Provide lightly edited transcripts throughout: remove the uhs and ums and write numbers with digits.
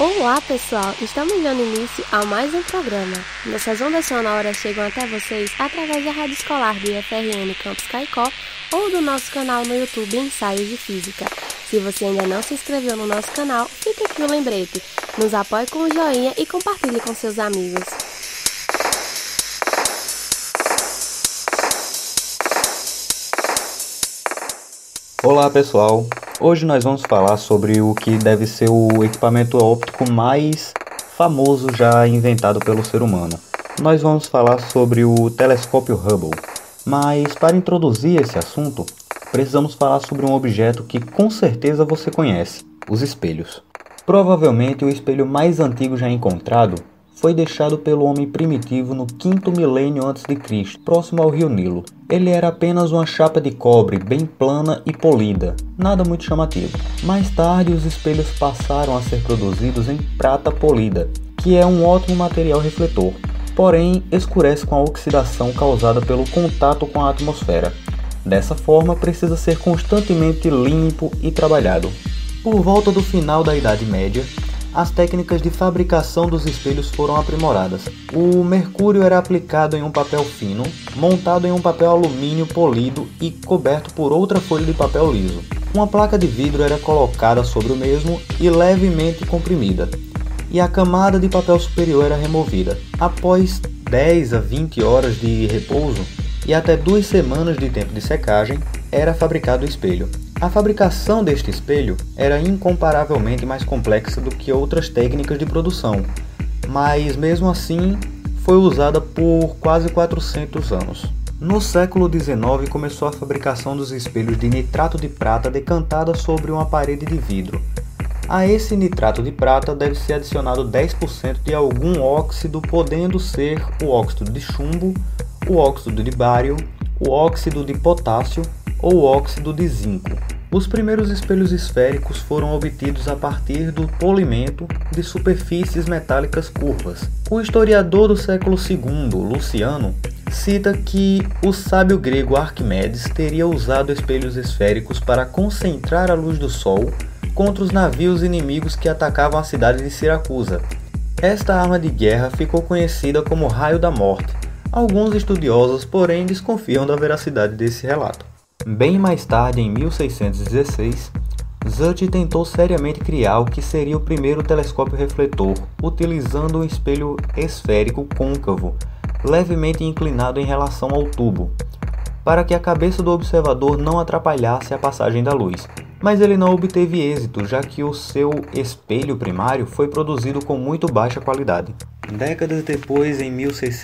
Olá pessoal, estamos dando início a mais um programa. Nossas ondas sonoras chegam até vocês através da rádio escolar do IFRN Campus Caicó ou do nosso canal no YouTube Ensaios de Física. Se você ainda não se inscreveu no nosso canal, fica aqui o lembrete. Nos apoie com o joinha e compartilhe com seus amigos. Olá pessoal, hoje nós vamos falar sobre o que deve ser o equipamento óptico mais famoso já inventado pelo ser humano. Nós vamos falar sobre o telescópio Hubble, mas para introduzir esse assunto, precisamos falar sobre um objeto que com certeza você conhece, os espelhos. Provavelmente o espelho mais antigo já encontrado foi deixado pelo homem primitivo no 5º milênio a.C., próximo ao rio Nilo. Ele era apenas uma chapa de cobre bem plana e polida, nada muito chamativo. Mais tarde, os espelhos passaram a ser produzidos em prata polida, que é um ótimo material refletor, porém escurece com a oxidação causada pelo contato com a atmosfera. Dessa forma, precisa ser constantemente limpo e trabalhado. Por volta do final da Idade Média, as técnicas de fabricação dos espelhos foram aprimoradas. O mercúrio era aplicado em um papel fino, montado em um papel alumínio polido e coberto por outra folha de papel liso. Uma placa de vidro era colocada sobre o mesmo e levemente comprimida, e a camada de papel superior era removida. Após 10 a 20 horas de repouso e até 2 semanas de tempo de secagem, era fabricado o espelho. A fabricação deste espelho era incomparavelmente mais complexa do que outras técnicas de produção, mas mesmo assim foi usada por quase 400 anos. No século XIX começou a fabricação dos espelhos de nitrato de prata decantada sobre uma parede de vidro. A esse nitrato de prata deve ser adicionado 10% de algum óxido, podendo ser o óxido de chumbo, o óxido de bário, o óxido de potássio ou o óxido de zinco. Os primeiros espelhos esféricos foram obtidos a partir do polimento de superfícies metálicas curvas. O historiador do século II, Luciano, cita que o sábio grego Arquimedes teria usado espelhos esféricos para concentrar a luz do sol contra os navios inimigos que atacavam a cidade de Siracusa. Esta arma de guerra ficou conhecida como Raio da Morte. Alguns estudiosos, porém, desconfiam da veracidade desse relato. Bem mais tarde, em 1616, Zut tentou seriamente criar o que seria o primeiro telescópio refletor, utilizando um espelho esférico côncavo, levemente inclinado em relação ao tubo, para que a cabeça do observador não atrapalhasse a passagem da luz. Mas ele não obteve êxito, já que o seu espelho primário foi produzido com muito baixa qualidade. Décadas depois, em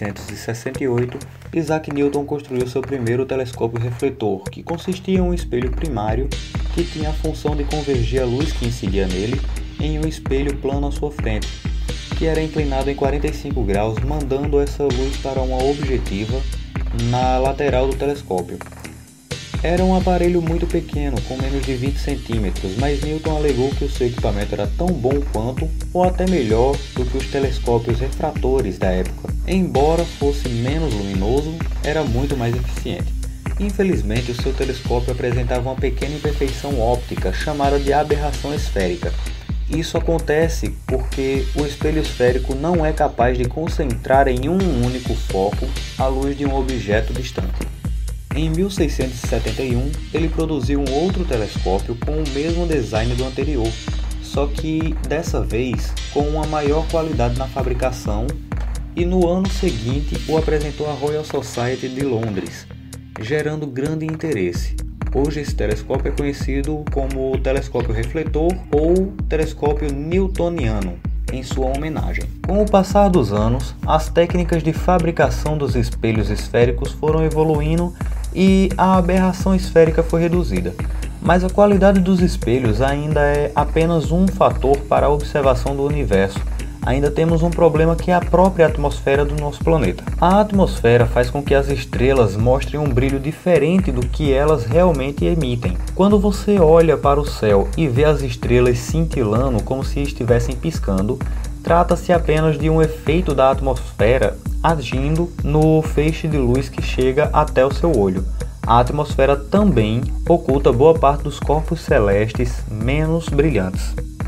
1668, Isaac Newton construiu seu primeiro telescópio refletor, que consistia em um espelho primário que tinha a função de convergir a luz que incidia nele em um espelho plano à sua frente, que era inclinado em 45 graus, mandando essa luz para uma objetiva na lateral do telescópio. Era um aparelho muito pequeno, com menos de 20 centímetros, mas Newton alegou que o seu equipamento era tão bom quanto, ou até melhor, do que os telescópios refratores da época. Embora fosse menos luminoso, era muito mais eficiente. Infelizmente, o seu telescópio apresentava uma pequena imperfeição óptica, chamada de aberração esférica. Isso acontece porque o espelho esférico não é capaz de concentrar em um único foco a luz de um objeto distante. Em 1671, ele produziu um outro telescópio com o mesmo design do anterior, só que dessa vez com uma maior qualidade na fabricação, e no ano seguinte o apresentou à Royal Society de Londres, gerando grande interesse. Hoje esse telescópio é conhecido como o telescópio refletor ou telescópio newtoniano, em sua homenagem. Com o passar dos anos, as técnicas de fabricação dos espelhos esféricos foram evoluindo e a aberração esférica foi reduzida. Mas a qualidade dos espelhos ainda é apenas um fator para a observação do universo. Ainda temos um problema que é a própria atmosfera do nosso planeta. A atmosfera faz com que as estrelas mostrem um brilho diferente do que elas realmente emitem. Quando você olha para o céu e vê as estrelas cintilando como se estivessem piscando, trata-se apenas de um efeito da atmosfera agindo no feixe de luz que chega até o seu olho. A atmosfera também oculta boa parte dos corpos celestes menos brilhantes.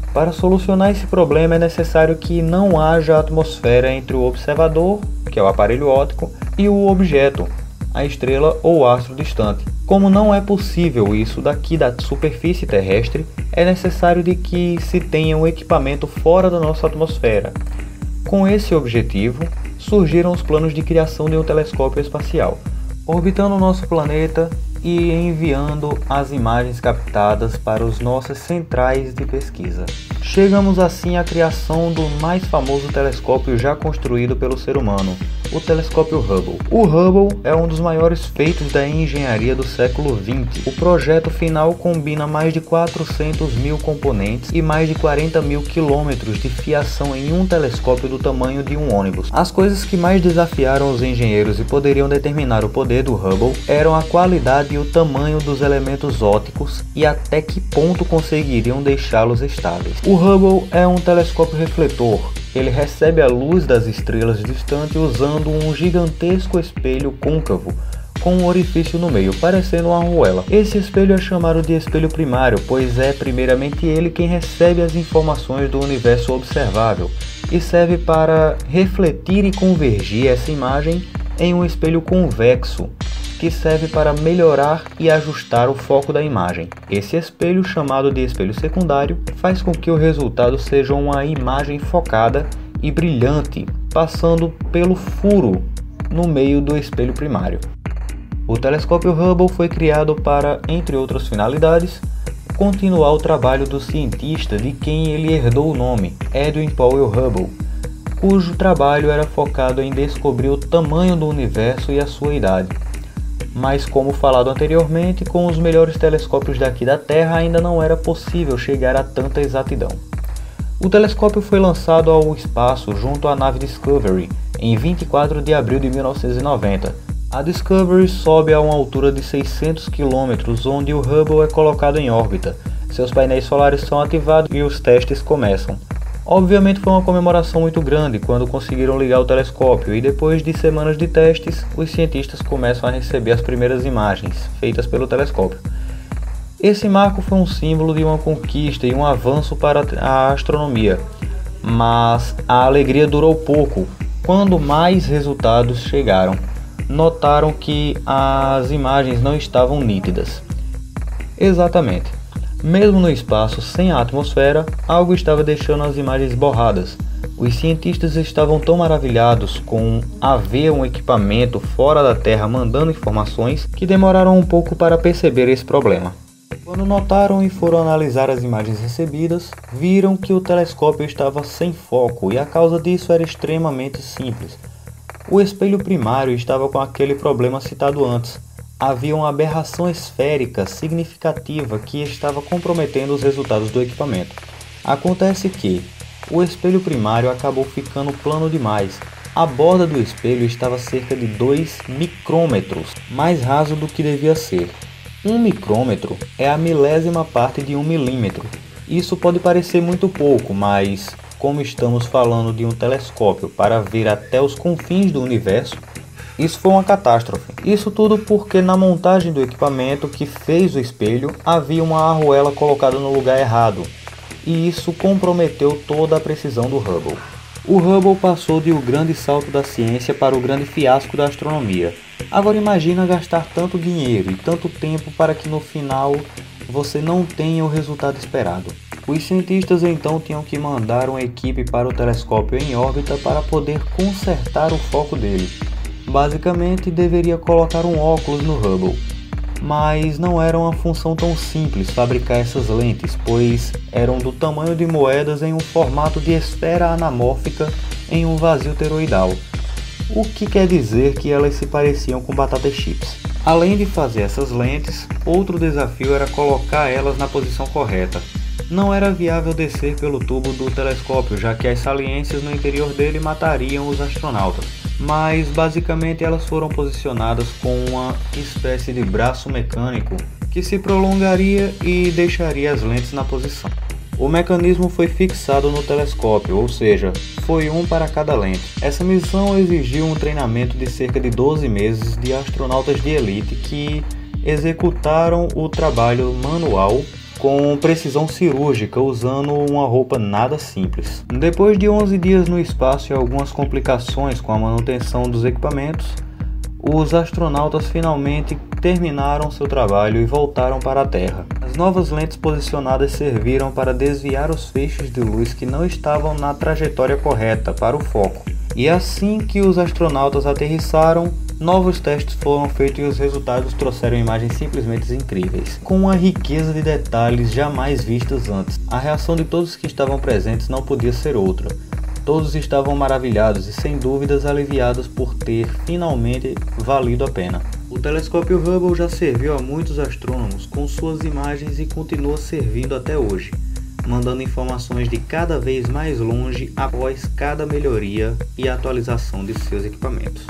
Para solucionar esse problema é necessário que não haja atmosfera entre o observador, que é o aparelho óptico, e o objeto, a estrela ou astro distante. Como não é possível isso daqui da superfície terrestre, é necessário de que se tenha um equipamento fora da nossa atmosfera. Com esse objetivo, surgiram os planos de criação de um telescópio espacial, orbitando o nosso planeta e enviando as imagens captadas para os nossos centrais de pesquisa. Chegamos assim à criação do mais famoso telescópio já construído pelo ser humano, o telescópio Hubble. O Hubble é um dos maiores feitos da engenharia do século XX. O projeto final combina mais de 400 mil componentes e mais de 40 mil quilômetros de fiação em um telescópio do tamanho de um ônibus. As coisas que mais desafiaram os engenheiros e poderiam determinar o poder do Hubble eram a qualidade e o tamanho dos elementos ópticos e até que ponto conseguiriam deixá-los estáveis. O Hubble é um telescópio refletor. Ele recebe a luz das estrelas distantes usando um gigantesco espelho côncavo com um orifício no meio, parecendo uma arruela. Esse espelho é chamado de espelho primário, pois é primeiramente ele quem recebe as informações do universo observável e serve para refletir e convergir essa imagem em um espelho convexo, que serve para melhorar e ajustar o foco da imagem. Esse espelho, chamado de espelho secundário, faz com que o resultado seja uma imagem focada e brilhante, passando pelo furo no meio do espelho primário. O telescópio Hubble foi criado para, entre outras finalidades, continuar o trabalho do cientista de quem ele herdou o nome, Edwin Powell Hubble, cujo trabalho era focado em descobrir o tamanho do universo e a sua idade. Mas, como falado anteriormente, com os melhores telescópios daqui da Terra ainda não era possível chegar a tanta exatidão. O telescópio foi lançado ao espaço junto à nave Discovery em 24 de abril de 1990. A Discovery sobe a uma altura de 600 km, onde o Hubble é colocado em órbita. Seus painéis solares são ativados e os testes começam. Obviamente foi uma comemoração muito grande quando conseguiram ligar o telescópio e depois de semanas de testes, os cientistas começam a receber as primeiras imagens feitas pelo telescópio. Esse marco foi um símbolo de uma conquista e um avanço para a astronomia, mas a alegria durou pouco. Quando mais resultados chegaram, notaram que as imagens não estavam nítidas. Exatamente. Mesmo no espaço sem a atmosfera, algo estava deixando as imagens borradas. Os cientistas estavam tão maravilhados com haver um equipamento fora da Terra mandando informações que demoraram um pouco para perceber esse problema. Quando notaram e foram analisar as imagens recebidas, viram que o telescópio estava sem foco e a causa disso era extremamente simples. O espelho primário estava com aquele problema citado antes. Havia uma aberração esférica significativa que estava comprometendo os resultados do equipamento. Acontece que o espelho primário acabou ficando plano demais. A borda do espelho estava cerca de 2 micrômetros, mais raso do que devia ser. 1 micrômetro é a milésima parte de 1 milímetro. Isso pode parecer muito pouco, mas como estamos falando de um telescópio para ver até os confins do universo, isso foi uma catástrofe. Isso tudo porque na montagem do equipamento que fez o espelho havia uma arruela colocada no lugar errado, e isso comprometeu toda a precisão do Hubble. O Hubble passou de o grande salto da ciência para o grande fiasco da astronomia. Agora imagina gastar tanto dinheiro e tanto tempo para que no final você não tenha o resultado esperado. Os cientistas então tinham que mandar uma equipe para o telescópio em órbita para poder consertar o foco dele. Basicamente, deveria colocar um óculos no Hubble, mas não era uma função tão simples fabricar essas lentes, pois eram do tamanho de moedas em um formato de esfera anamórfica em um vazio toroidal, o que quer dizer que elas se pareciam com batatas chips. Além de fazer essas lentes, outro desafio era colocar elas na posição correta. Não era viável descer pelo tubo do telescópio, já que as saliências no interior dele matariam os astronautas. Mas basicamente elas foram posicionadas com uma espécie de braço mecânico que se prolongaria e deixaria as lentes na posição. O mecanismo foi fixado no telescópio, ou seja, foi um para cada lente. Essa missão exigiu um treinamento de cerca de 12 meses de astronautas de elite que executaram o trabalho manual com precisão cirúrgica, usando uma roupa nada simples. Depois de 11 dias no espaço e algumas complicações com a manutenção dos equipamentos, os astronautas finalmente terminaram seu trabalho e voltaram para a Terra. As novas lentes posicionadas serviram para desviar os feixes de luz que não estavam na trajetória correta para o foco. E assim que os astronautas aterrissaram, novos testes foram feitos e os resultados trouxeram imagens simplesmente incríveis, com uma riqueza de detalhes jamais vistas antes. A reação de todos que estavam presentes não podia ser outra. Todos estavam maravilhados e sem dúvidas aliviados por ter finalmente valido a pena. O telescópio Hubble já serviu a muitos astrônomos com suas imagens e continua servindo até hoje, mandando informações de cada vez mais longe após cada melhoria e atualização de seus equipamentos.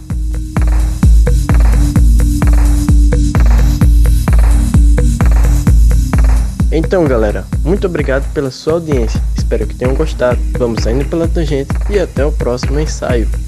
Então galera, muito obrigado pela sua audiência, espero que tenham gostado, vamos saindo pela tangente e até o próximo ensaio.